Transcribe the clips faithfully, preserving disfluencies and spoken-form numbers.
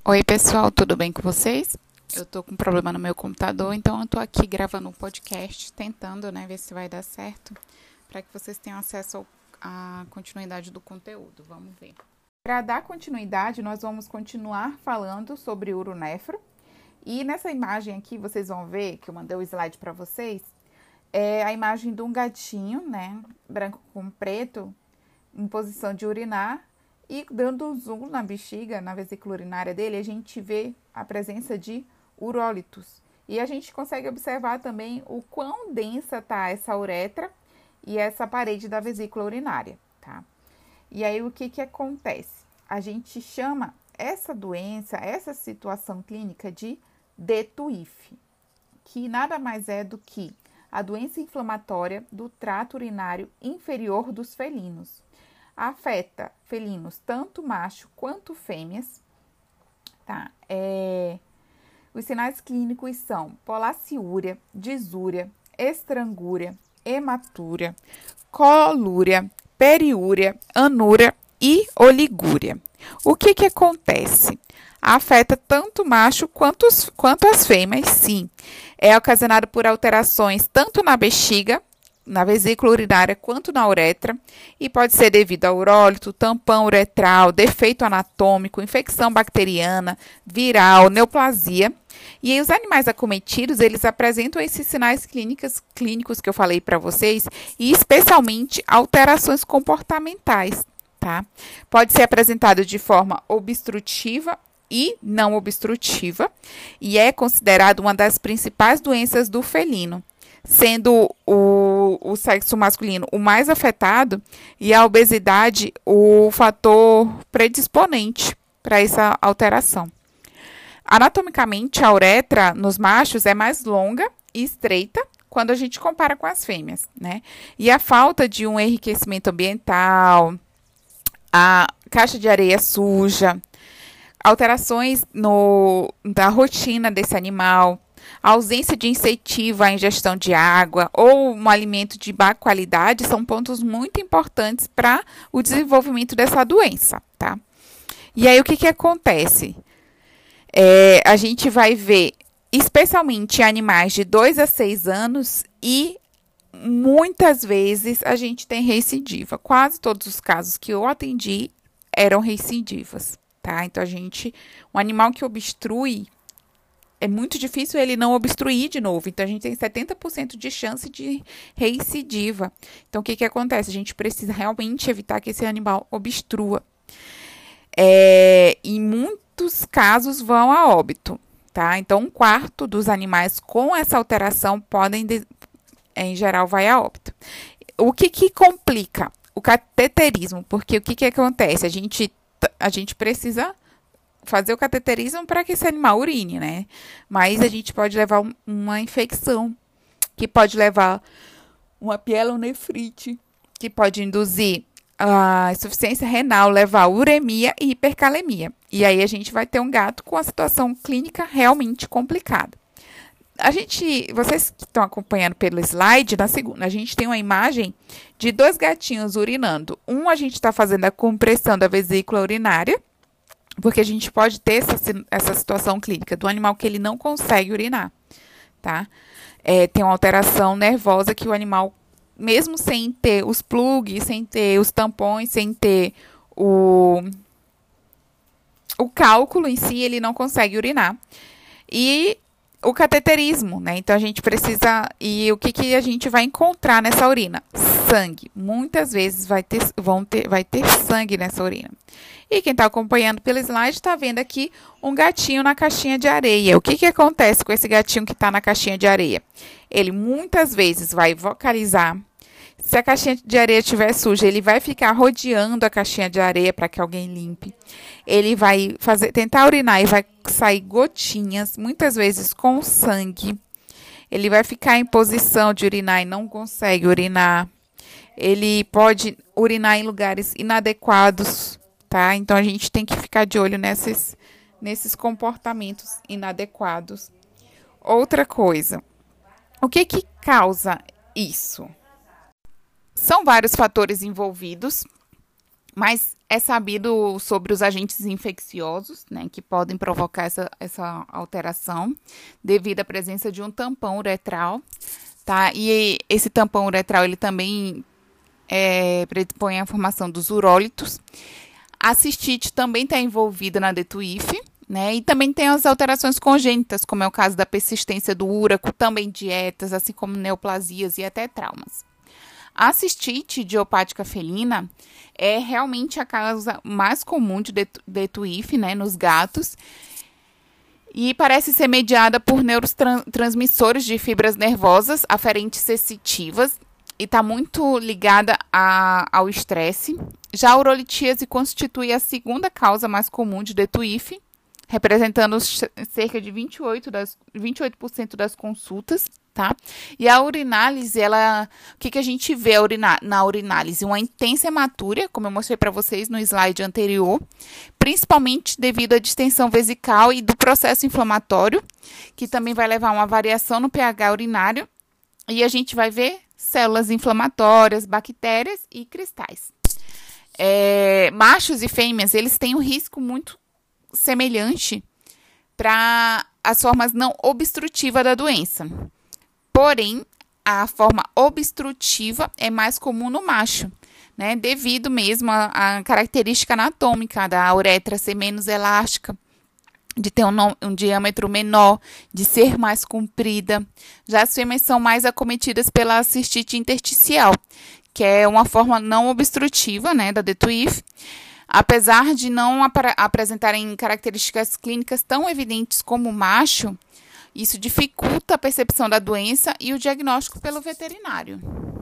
Oi, pessoal, tudo bem com vocês? Eu tô com um problema no meu computador, então eu tô aqui gravando um podcast, tentando, né, ver se vai dar certo, para que vocês tenham acesso ao- à continuidade do conteúdo. Vamos ver. Para dar continuidade, nós vamos continuar falando sobre uronefro. E nessa imagem aqui, vocês vão ver, que eu mandei o slide para vocês, é a imagem de um gatinho, né, branco com preto, em posição de urinar. E dando zoom na bexiga, na vesícula urinária dele, a gente vê a presença de urólitos. E a gente consegue observar também o quão densa está essa uretra e essa parede da vesícula urinária, tá? E aí o que que acontece? A gente chama essa doença, essa situação clínica de D T U I F, que nada mais é do que a doença inflamatória do trato urinário inferior dos felinos. Afeta felinos, tanto macho quanto fêmeas, tá? É... Os sinais clínicos são polaciúria, disúria, estrangúria, hematúria, colúria, periúria, anúria e oligúria. O que que acontece? Afeta tanto o macho quanto, os, quanto as fêmeas, sim. É ocasionado por alterações tanto na bexiga, na vesícula urinária quanto na uretra, e pode ser devido a urólito, tampão uretral, defeito anatômico, infecção bacteriana, viral, neoplasia. E aí, os animais acometidos, eles apresentam esses sinais clínicos, clínicos que eu falei para vocês, e especialmente alterações comportamentais, tá? Pode ser apresentado de forma obstrutiva e não obstrutiva, e é considerado uma das principais doenças do felino, sendo o, o sexo masculino o mais afetado e a obesidade o fator predisponente para essa alteração. Anatomicamente, a uretra nos machos é mais longa e estreita quando a gente compara com as fêmeas, né? E a falta de um enriquecimento ambiental, a caixa de areia suja, alterações no, da rotina desse animal, a ausência de incentivo à ingestão de água ou um alimento de baixa qualidade são pontos muito importantes para o desenvolvimento dessa doença, tá? E aí, o que que acontece? É, a gente vai ver, especialmente em animais de dois a seis anos e muitas vezes a gente tem recidiva. Quase todos os casos que eu atendi eram recidivas, tá? Então, a gente, um animal que obstrui, é muito difícil ele não obstruir de novo. Então, a gente tem setenta por cento de chance de recidiva. Então, o que que acontece? A gente precisa realmente evitar que esse animal obstrua. É, em muitos casos vão a óbito, tá? Então, um quarto dos animais com essa alteração podem, em geral, vai a óbito. O que que complica? O cateterismo, porque o que que acontece? A gente, a gente precisa fazer o cateterismo para que esse animal urine, né? Mas a gente pode levar um, uma infecção, que pode levar uma pielonefrite, que pode induzir a insuficiência renal, levar a uremia e hipercalemia. E aí a gente vai ter um gato com a situação clínica realmente complicada. A gente, vocês que estão acompanhando pelo slide, na segunda, a gente tem uma imagem de dois gatinhos urinando. Um, a gente está fazendo a compressão da vesícula urinária, porque a gente pode ter essa, essa situação clínica do animal que ele não consegue urinar, tá? É, tem uma alteração nervosa que o animal, mesmo sem ter os plugs, sem ter os tampões, sem ter o, o cálculo em si, ele não consegue urinar. E o cateterismo, né? Então, a gente precisa... E o que, que a gente vai encontrar nessa urina? Sangue. Muitas vezes vai ter, vão ter, vai ter sangue nessa urina. E quem está acompanhando pelo slide está vendo aqui um gatinho na caixinha de areia. O que, que acontece com esse gatinho que está na caixinha de areia? Ele muitas vezes vai vocalizar. Se a caixinha de areia estiver suja, ele vai ficar rodeando a caixinha de areia para que alguém limpe. Ele vai fazer, tentar urinar e vai sair gotinhas, muitas vezes com sangue. Ele vai ficar em posição de urinar e não consegue urinar. Ele pode urinar em lugares inadequados, tá? Então, a gente tem que ficar de olho nesses, nesses comportamentos inadequados. Outra coisa, o que que causa isso? São vários fatores envolvidos, Mas é sabido sobre os agentes infecciosos, né, que podem provocar essa, essa alteração devido à presença de um tampão uretral, tá? E esse tampão uretral, ele também é, predispõe à formação dos urólitos. A cistite também está envolvida na D T U I F, né? E também tem as alterações congênitas, como é o caso da persistência do úraco, também dietas, assim como neoplasias e até traumas. A cistite idiopática felina é realmente a causa mais comum de D T U I F, né, nos gatos, e parece ser mediada por neurotransmissores de fibras nervosas aferentes sensitivas e está muito ligada a, ao estresse. Já a urolitíase constitui a segunda causa mais comum de D T U I F, representando cerca de vinte e oito por cento das, vinte e oito por cento das consultas, tá? E a urinálise, ela, o que, que a gente vê urina, na urinálise? Uma intensa hematúria, como eu mostrei para vocês no slide anterior, principalmente devido à distensão vesical e do processo inflamatório, que também vai levar a uma variação no pH urinário, e a gente vai ver células inflamatórias, bactérias e cristais. É, machos e fêmeas, eles têm um risco muito semelhante para as formas não obstrutivas da doença. Porém, a forma obstrutiva é mais comum no macho, né? Devido mesmo à característica anatômica da uretra ser menos elástica, de ter um, um diâmetro menor, de ser mais comprida. Já as fêmeas são mais acometidas pela cistite intersticial, que é uma forma não obstrutiva, né, da D T U I F. Apesar de não ap apresentarem características clínicas tão evidentes como o macho, isso dificulta a percepção da doença e o diagnóstico pelo veterinário.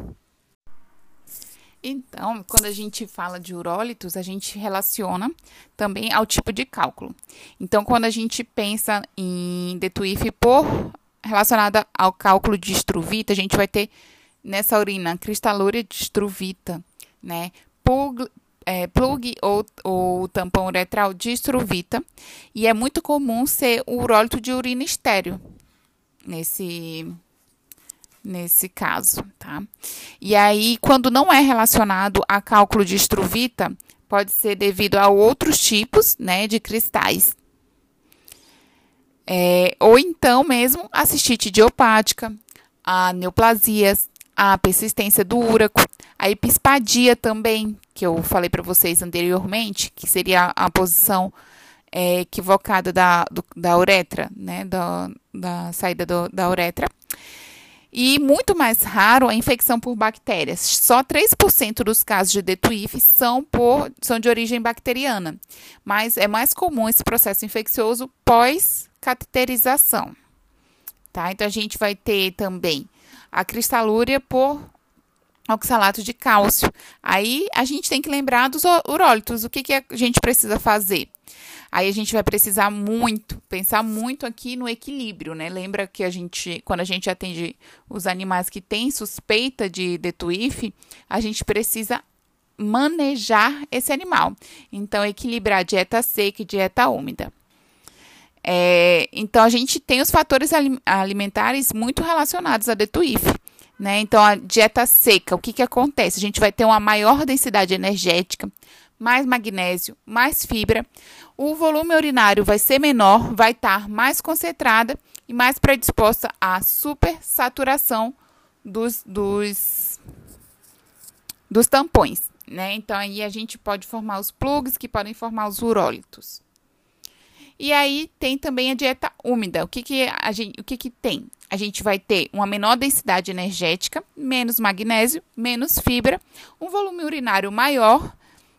Então, quando a gente fala de urólitos, a gente relaciona também ao tipo de cálculo. Então, quando a gente pensa em D T U I F por relacionada ao cálculo de Struvita, a gente vai ter nessa urina cristalúria de Struvita, né? Pug, é, plug ou, ou tampão uretral de Struvita, e é muito comum ser o urólito de urina estéril nesse nesse caso, tá? E aí, quando não é relacionado a cálculo de Struvita, pode ser devido a outros tipos, né, de cristais. É, ou então mesmo a cistite idiopática, a neoplasias, a persistência do úraco, a epispadia também, que eu falei para vocês anteriormente, que seria a posição é, equivocada da, do, da uretra, né, da, da saída do, da uretra. E muito mais raro a infecção por bactérias. Só três por cento dos casos de D T U I F são, por, são de origem bacteriana, mas é mais comum esse processo infeccioso pós-cateterização. Tá? Então, a gente vai ter também a cristalúria por oxalato de cálcio. Aí, a gente tem que lembrar dos urólitos. O que, que a gente precisa fazer? Aí a gente vai precisar muito, pensar muito aqui no equilíbrio, né? Lembra que a gente, quando a gente atende os animais que têm suspeita de D T U I F, a gente precisa manejar esse animal. Então, equilibrar dieta seca e dieta úmida. É, então, a gente tem os fatores alimentares muito relacionados à D T U I F. Né? Então, a dieta seca, o que, que acontece? A gente vai ter uma maior densidade energética, mais magnésio, mais fibra. O volume urinário vai ser menor, vai estar mais concentrada e mais predisposta à supersaturação dos, dos, dos tampões, né? Então, aí a gente pode formar os plugs, que podem formar os urólitos. E aí, tem também a dieta úmida. O que que, a gente, o que que tem? A gente vai ter uma menor densidade energética, menos magnésio, menos fibra, um volume urinário maior,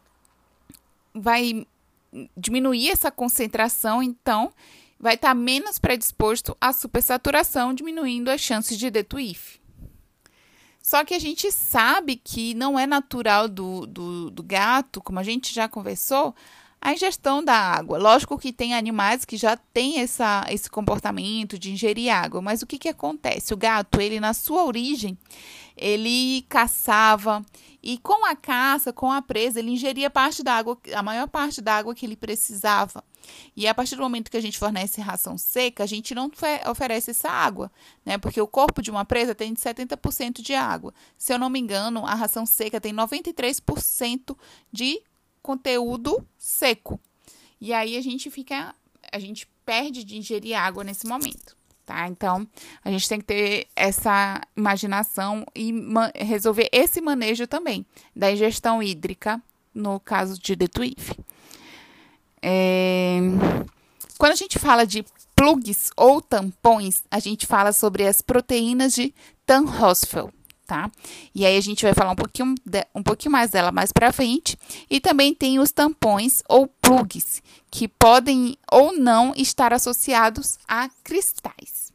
vai diminuir essa concentração, então vai estar menos predisposto à supersaturação, diminuindo as chances de D T U I F. Só que a gente sabe que não é natural do, do, do gato, como a gente já conversou, a ingestão da água. Lógico que tem animais que já têm essa, esse comportamento de ingerir água, mas o que, que acontece? O gato, ele na sua origem, ele caçava e com a caça, com a presa, ele ingeria parte da água, a maior parte da água que ele precisava. E a partir do momento que a gente fornece ração seca, a gente não oferece essa água, né? Porque o corpo de uma presa tem setenta por cento de água. Se eu não me engano, a ração seca tem noventa e três por cento de conteúdo seco. E aí a gente fica, a gente perde de ingerir água nesse momento, tá? Então, a gente tem que ter essa imaginação e resolver esse manejo também da ingestão hídrica no caso de D T U I F. É... Quando a gente fala de plugs ou tampões, a gente fala sobre as proteínas de Tan-Hosfeld. Tá? E aí a gente vai falar um pouquinho, de, um pouquinho mais dela mais para frente. E também tem os tampões ou plugs, que podem ou não estar associados a cristais.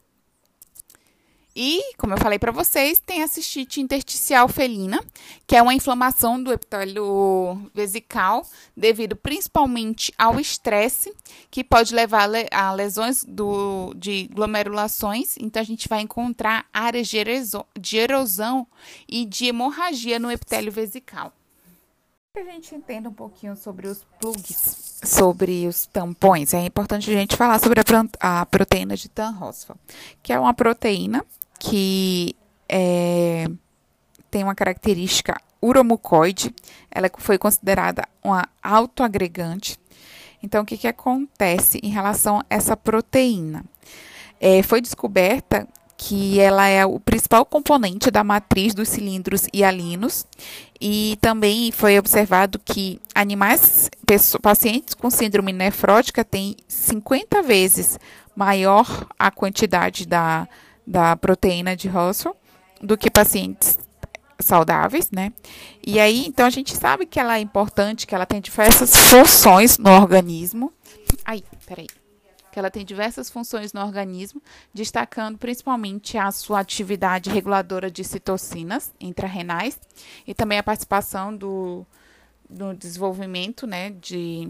E, como eu falei para vocês, tem a cistite intersticial felina, que é uma inflamação do epitélio vesical, devido principalmente ao estresse, que pode levar a lesões do, de glomerulações. Então, a gente vai encontrar áreas de erosão, de erosão e de hemorragia no epitélio vesical. Para a gente entenda um pouquinho sobre os plugs, sobre os tampões, é importante a gente falar sobre a, a proteína de Tan-Hosfeld, que é uma proteína que é, tem uma característica uromucoide. Ela foi considerada uma autoagregante. Então, o que, que acontece em relação a essa proteína? É, foi descoberta que ela é o principal componente da matriz dos cilindros hialinos, e também foi observado que animais, pessoas, pacientes com síndrome nefrótica têm cinquenta vezes maior a quantidade da da proteína de Hosfeld do que pacientes saudáveis, né? E aí, então, a gente sabe que ela é importante, que ela tem diversas funções no organismo. Ai, peraí. Que ela tem diversas funções no organismo, destacando principalmente a sua atividade reguladora de citocinas intrarrenais e também a participação do, do desenvolvimento, né, de,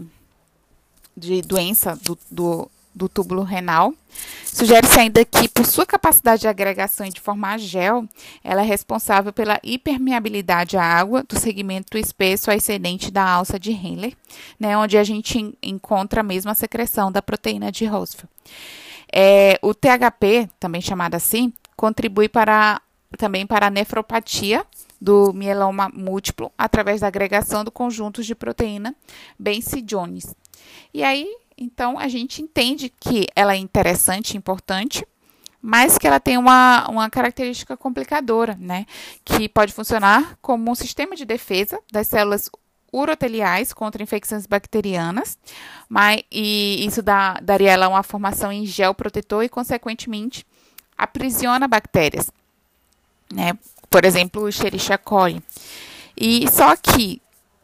de doença do, do do túbulo renal. Sugere-se ainda que, por sua capacidade de agregação e de formar gel, ela é responsável pela hipermeabilidade à água do segmento espesso ascendente da alça de Henle, né, onde a gente encontra mesmo a secreção da proteína de Hosfeld. É, o T H P, também chamado assim, contribui para, também para a nefropatia do mieloma múltiplo através da agregação do conjunto de proteína Bence Jones. E aí, então, a gente entende que ela é interessante e importante, mas que ela tem uma, uma característica complicadora, né? Que pode funcionar como um sistema de defesa das células uroteliais contra infecções bacterianas, mas, e isso dá, daria ela uma formação em gel protetor e, consequentemente, aprisiona bactérias, né? Por exemplo, o Escherichia coli. E só que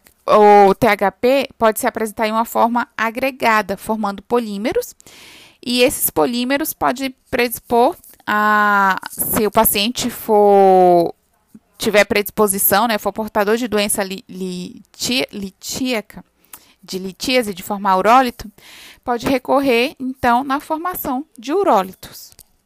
o T H P pode se apresentar em uma forma agregada, formando polímeros, e esses polímeros podem predispor a, se o paciente for tiver predisposição, né, for portador de doença li, liti, litíaca, de litíase, de formar urólito, pode recorrer, então, na formação de urólitos.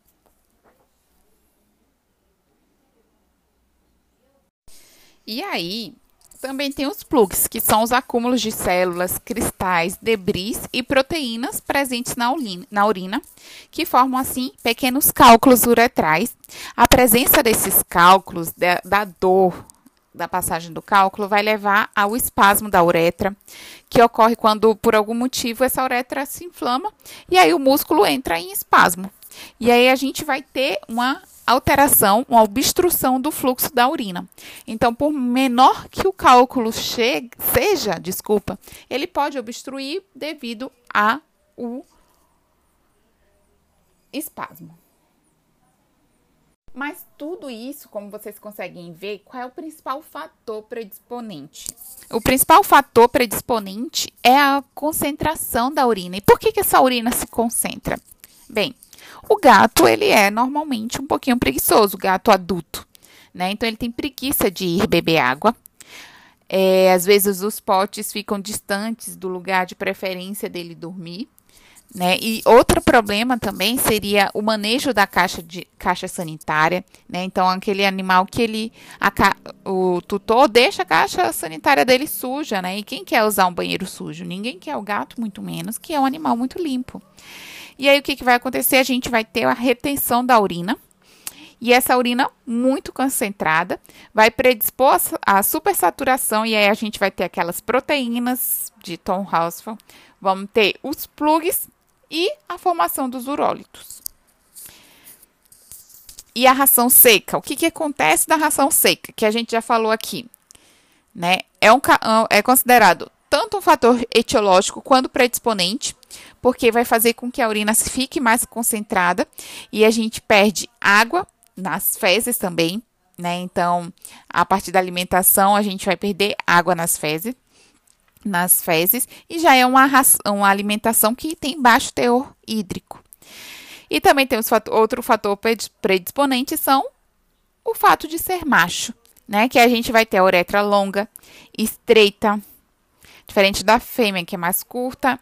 E aí, também tem os plugs, que são os acúmulos de células, cristais, debris e proteínas presentes na urina, na urina, que formam, assim, pequenos cálculos uretrais. A presença desses cálculos, da, da dor da passagem do cálculo, vai levar ao espasmo da uretra, que ocorre quando, por algum motivo, essa uretra se inflama e aí o músculo entra em espasmo. E aí a gente vai ter uma alteração, uma obstrução do fluxo da urina. Então, por menor que o cálculo chegue, seja, desculpa, ele pode obstruir devido ao espasmo. Mas tudo isso, como vocês conseguem ver, qual é o principal fator predisponente? O principal fator predisponente é a concentração da urina. E por que que essa urina se concentra? Bem, o gato, ele é normalmente um pouquinho preguiçoso, o gato adulto, né? Então, ele tem preguiça de ir beber água. É, às vezes, os potes ficam distantes do lugar de preferência dele dormir, né? E outro problema também seria o manejo da caixa, de, caixa sanitária, né? Então, aquele animal que ele, a, o tutor deixa a caixa sanitária dele suja, né? E quem quer usar um banheiro sujo? Ninguém quer, o gato muito menos, que é um animal muito limpo. E aí, o que, que vai acontecer? A gente vai ter a retenção da urina. E essa urina muito concentrada vai predispor à supersaturação e aí a gente vai ter aquelas proteínas de Tom Hausfeld, vamos ter os plugs e a formação dos urólitos. E a ração seca, o que, que acontece da ração seca? Que a gente já falou aqui, né? É, um, é considerado tanto um fator etiológico quanto predisponente, porque vai fazer com que a urina fique mais concentrada e a gente perde água nas fezes também, né? Então, a partir da alimentação, a gente vai perder água nas fezes, nas fezes e já é uma, uma alimentação que tem baixo teor hídrico. E também temos fator, outro fator predisponente, são o fato de ser macho, né? Que a gente vai ter a uretra longa, estreita, diferente da fêmea, que é mais curta.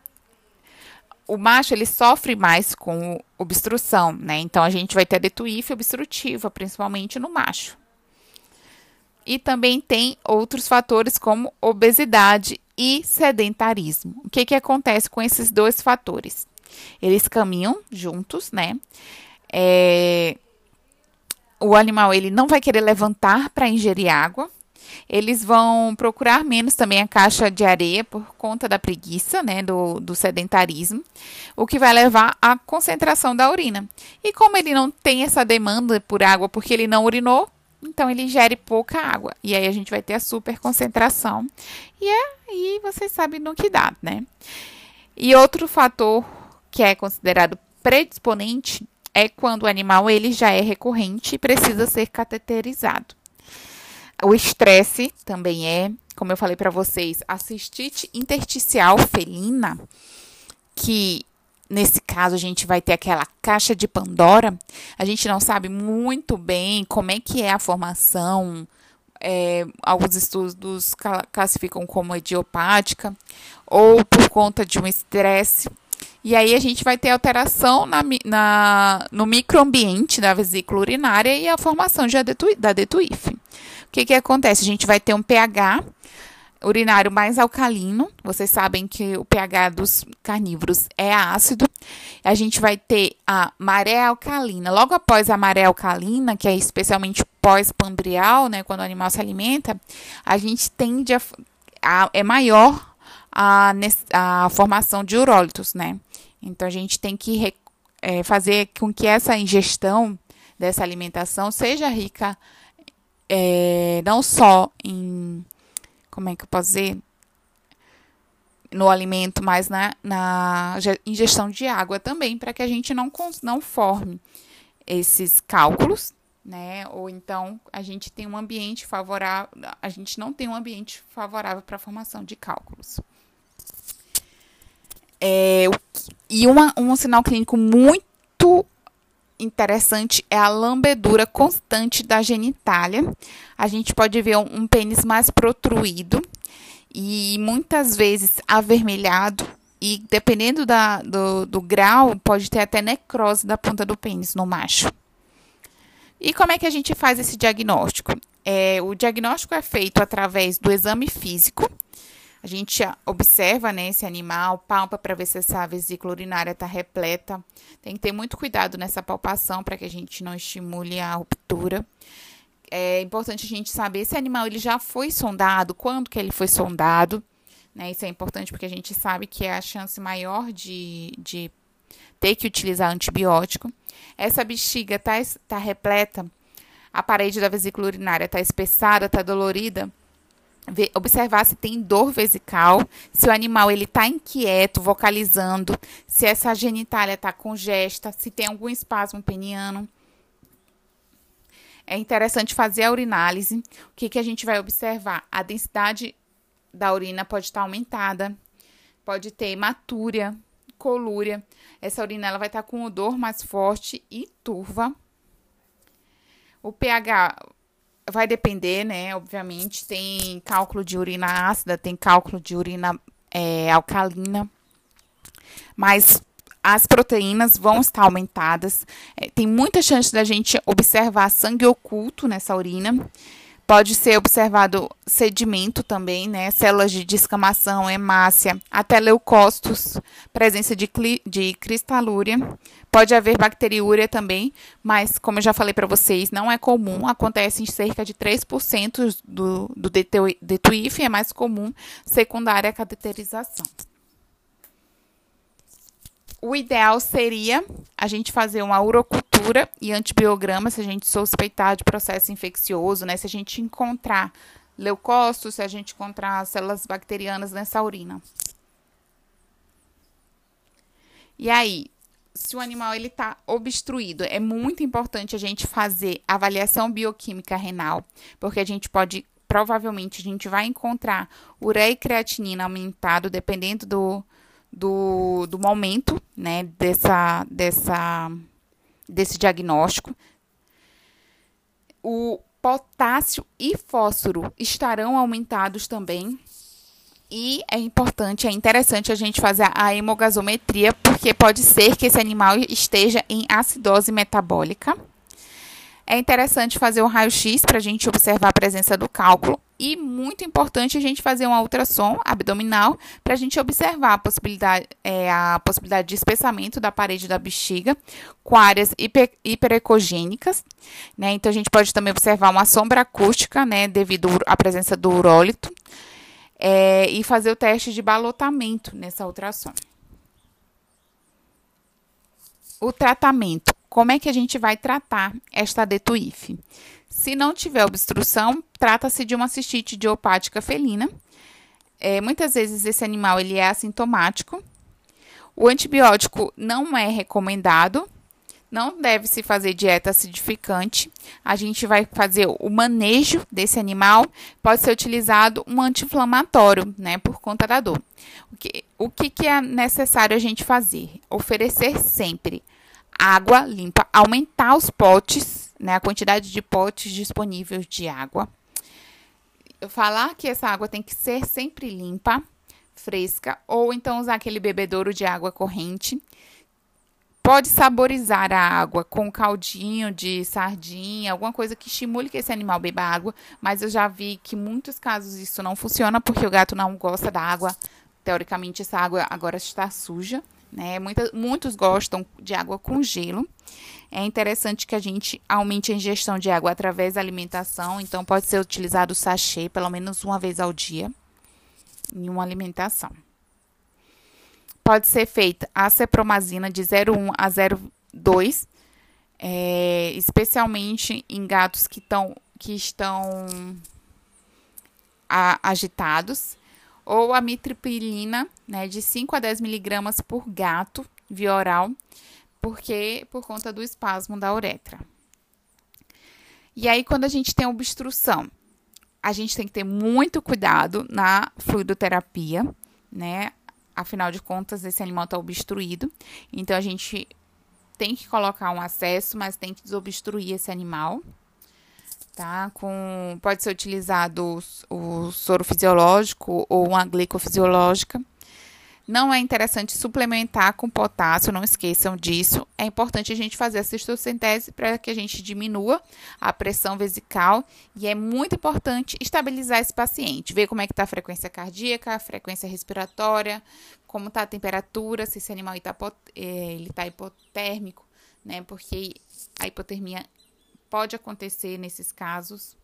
O macho, ele sofre mais com obstrução, né? Então, a gente vai ter a detuífe obstrutiva, principalmente no macho. E também tem outros fatores como obesidade e sedentarismo. O que que acontece com esses dois fatores? Eles caminham juntos, né? É... O animal, ele não vai querer levantar para ingerir água. Eles vão procurar menos também a caixa de areia por conta da preguiça, né, do, do sedentarismo, o que vai levar à concentração da urina. E como ele não tem essa demanda por água porque ele não urinou, então ele ingere pouca água. E aí a gente vai ter a superconcentração. E aí vocês sabem no que dá, né? E outro fator que é considerado predisponente é quando o animal ele já é recorrente e precisa ser cateterizado. O estresse também é, como eu falei para vocês, a cistite intersticial felina, que nesse caso a gente vai ter aquela caixa de Pandora. A gente não sabe muito bem como é que é a formação. É, alguns estudos classificam como idiopática ou por conta de um estresse. E aí a gente vai ter alteração na, na, no microambiente da vesícula urinária e a formação de detu, da detuífe. O que que acontece? A gente vai ter um pH urinário mais alcalino. Vocês sabem que o pH dos carnívoros é ácido. A gente vai ter a maré alcalina. Logo após a maré alcalina, que é especialmente pós-pambrial, né, quando o animal se alimenta, a gente tende a, a é maior a, a formação de urólitos, né? Então, a gente tem que é, fazer com que essa ingestão dessa alimentação seja rica é, não só em, como é que eu posso dizer, no alimento, mas na, na ingestão de água também, para que a gente não, não forme esses cálculos, né? Ou então a gente tem um ambiente favorável, a gente não tem um ambiente favorável para a formação de cálculos. É, e uma, um sinal clínico muito interessante é a lambedura constante da genitália. A gente pode ver um, um pênis mais protruído e muitas vezes avermelhado. E dependendo da, do, do grau, pode ter até necrose da ponta do pênis no macho. E como é que a gente faz esse diagnóstico? É, o diagnóstico é feito através do exame físico. A gente observa, né, esse animal, palpa para ver se essa vesícula urinária está repleta. Tem que ter muito cuidado nessa palpação para que a gente não estimule a ruptura. É importante a gente saber se o animal ele já foi sondado, quando que ele foi sondado. Né? Isso é importante porque a gente sabe que é a chance maior de, de ter que utilizar antibiótico. Essa bexiga está tá repleta, a parede da vesícula urinária está espessada, está dolorida. Observar se tem dor vesical, se o animal ele está inquieto, vocalizando, se essa genitália está congesta, se tem algum espasmo peniano. É interessante fazer a urinálise. O que, que a gente vai observar? A densidade da urina pode estar aumentada, pode ter hematúria, colúria. Essa urina ela vai estar com odor mais forte e turva. O pH vai depender, né? Obviamente, tem cálculo de urina ácida, tem cálculo de urina é, alcalina, mas as proteínas vão estar aumentadas. É, tem muita chance da gente observar sangue oculto nessa urina, Pode ser observado sedimento também, né? Células de descamação, hemácia, até leucócitos, presença de, de cristalúria. Pode haver bacteriúria também, mas como eu já falei para vocês, não é comum. Acontece em cerca de três por cento do, do D T U I F, é mais comum secundária à cateterização. O ideal seria a gente fazer uma urocultura e antibiograma se a gente suspeitar de processo infeccioso, né? Se a gente encontrar leucócitos, se a gente encontrar células bacterianas nessa urina. E aí, se o animal ele está obstruído, é muito importante a gente fazer avaliação bioquímica renal, porque a gente pode, provavelmente, a gente vai encontrar ureia e creatinina aumentado, dependendo do Do, do momento, né, dessa, dessa, desse diagnóstico. O potássio e fósforo estarão aumentados também. E é importante, é interessante a gente fazer a hemogasometria, porque pode ser que esse animal esteja em acidose metabólica. É interessante fazer o raio-x para a gente observar a presença do cálculo. E muito importante a gente fazer uma ultrassom abdominal para a gente observar a possibilidade, é, a possibilidade de espessamento da parede da bexiga com áreas hiper, hiperecogênicas, né? Então, a gente pode também observar uma sombra acústica, né, devido à presença do urólito, é, e fazer o teste de balotamento nessa ultrassom. O tratamento. Como é que a gente vai tratar esta D T U I F? Se não tiver obstrução, trata-se de uma cistite idiopática felina. É, muitas vezes esse animal ele é assintomático. O antibiótico não é recomendado. Não deve se fazer dieta acidificante. A gente vai fazer o manejo desse animal. Pode ser utilizado um anti-inflamatório, né, por conta da dor. O que, o que, que é necessário a gente fazer? Oferecer sempre água limpa, aumentar os potes, né, a quantidade de potes disponíveis de água. Eu falar que essa água tem que ser sempre limpa, fresca, ou então usar aquele bebedouro de água corrente. Pode saborizar a água com caldinho de sardinha, alguma coisa que estimule que esse animal beba água, mas eu já vi que em muitos casos isso não funciona, porque o gato não gosta da água. Teoricamente, essa água agora está suja. Né? Muita, muitos gostam de água com gelo. É interessante que a gente aumente a ingestão de água através da alimentação. Então, pode ser utilizado o sachê pelo menos uma vez ao dia em uma alimentação. Pode ser feita a cepromazina de zero vírgula um a zero vírgula dois, é, especialmente em gatos que, tão, que estão a, agitados. Ou a mitriptilina, né, de cinco a dez miligramas por gato, via oral, porque por conta do espasmo da uretra. E aí, quando a gente tem obstrução, a gente tem que ter muito cuidado na fluidoterapia, né? Afinal de contas, esse animal está obstruído. Então, a gente tem que colocar um acesso, mas tem que desobstruir esse animal. Tá? Com, pode ser utilizado o, o soro fisiológico ou uma glicofisiológica. Não é interessante suplementar com potássio, não esqueçam disso. É importante a gente fazer a cistocentese para que a gente diminua a pressão vesical. E é muito importante estabilizar esse paciente. Ver como é que está a frequência cardíaca, a frequência respiratória, como está a temperatura, se esse animal está ele tá hipotérmico, né? Porque a hipotermia pode acontecer nesses casos.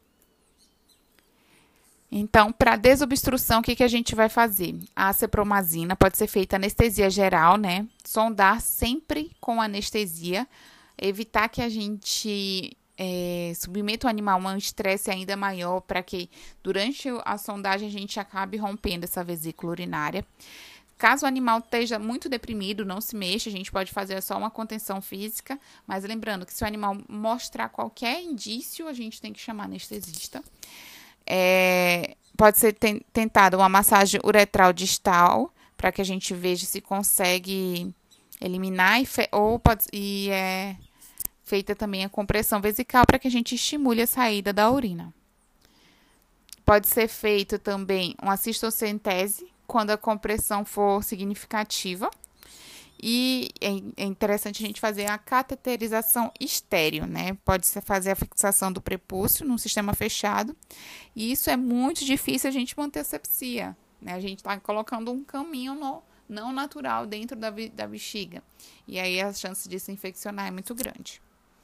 Então, para desobstrução, o que, que a gente vai fazer? A cepromazina pode ser feita anestesia geral, né? Sondar sempre com anestesia. Evitar que a gente é, submeta o animal a um estresse ainda maior, para que durante a sondagem a gente acabe rompendo essa vesícula urinária. Caso o animal esteja muito deprimido, não se mexa, a gente pode fazer só uma contenção física, mas lembrando que se o animal mostrar qualquer indício, a gente tem que chamar anestesista. É, pode ser ten, tentada uma massagem uretral distal, para que a gente veja se consegue eliminar, e, fe, ou pode, e é feita também a compressão vesical, para que a gente estimule a saída da urina. Pode ser feito também uma cistocentese, quando a compressão for significativa. E é interessante a gente fazer a cateterização estéreo, né? Pode-se fazer a fixação do prepúcio num sistema fechado. E isso é muito difícil a gente manter a asepsia, né? A gente está colocando um caminho no, não natural dentro da, da bexiga. E aí a chance disso infeccionar é muito grande.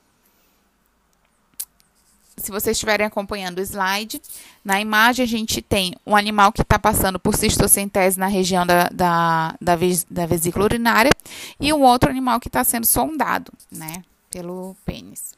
Se vocês estiverem acompanhando o slide, na imagem a gente tem um animal que está passando por cistocentese na região da, da, da, da vesícula urinária e um outro animal que está sendo sondado, né, pelo pênis.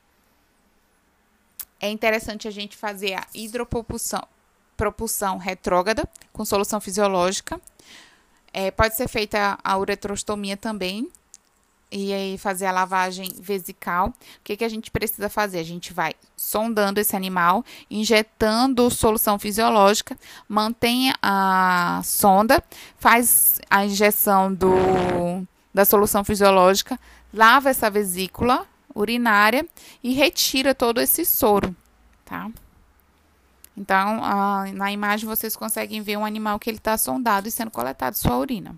É interessante a gente fazer a hidropropulsão propulsão retrógrada com solução fisiológica. É, pode ser feita a uretrostomia também. E aí fazer a lavagem vesical. O que, que a gente precisa fazer? A gente vai sondando esse animal, injetando solução fisiológica, mantém a sonda, faz a injeção do, da solução fisiológica, lava essa vesícula urinária e retira todo esse soro, tá? Então, a, na imagem vocês conseguem ver um animal que ele está sondado e sendo coletado sua urina.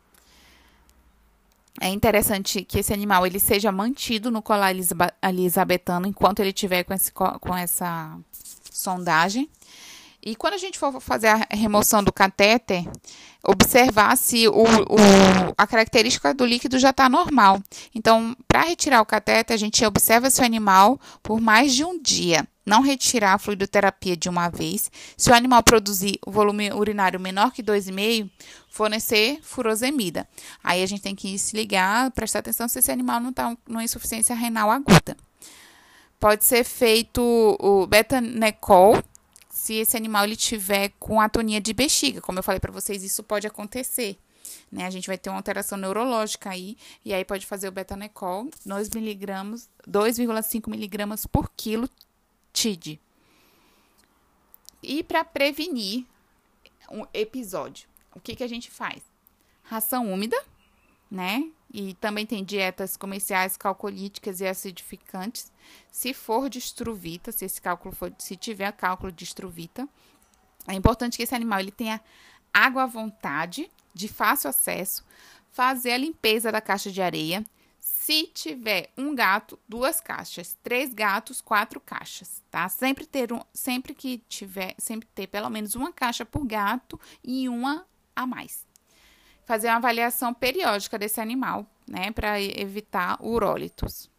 É interessante que esse animal ele seja mantido no colar elisabetano enquanto ele estiver com, esse, com essa sondagem. E quando a gente for fazer a remoção do catéter, observar se o, o, a característica do líquido já está normal. Então, para retirar o catéter, a gente observa esse animal por mais de um dia. Não retirar a fluidoterapia de uma vez. Se o animal produzir o volume urinário menor que dois vírgula cinco, fornecer furosemida. Aí a gente tem que se ligar, prestar atenção se esse animal não está numa insuficiência renal aguda. Pode ser feito o betanecol, se esse animal ele tiver com atonia de bexiga. Como eu falei para vocês, isso pode acontecer, né? A gente vai ter uma alteração neurológica aí, e aí pode fazer o betanecol, dois miligramas, dois vírgula cinco miligramas por quilo T I D. E para prevenir um episódio, o que, que a gente faz? Ração úmida, né? E também tem dietas comerciais calcolíticas e acidificantes. Se for de estruvita, se esse cálculo for, se tiver cálculo de estruvita, é importante que esse animal ele tenha água à vontade, de fácil acesso, fazer a limpeza da caixa de areia. Se tiver um gato, duas caixas, três gatos, quatro caixas, tá? Sempre ter um, sempre que tiver, sempre ter pelo menos uma caixa por gato e uma a mais. Fazer uma avaliação periódica desse animal, né, para evitar urólitos.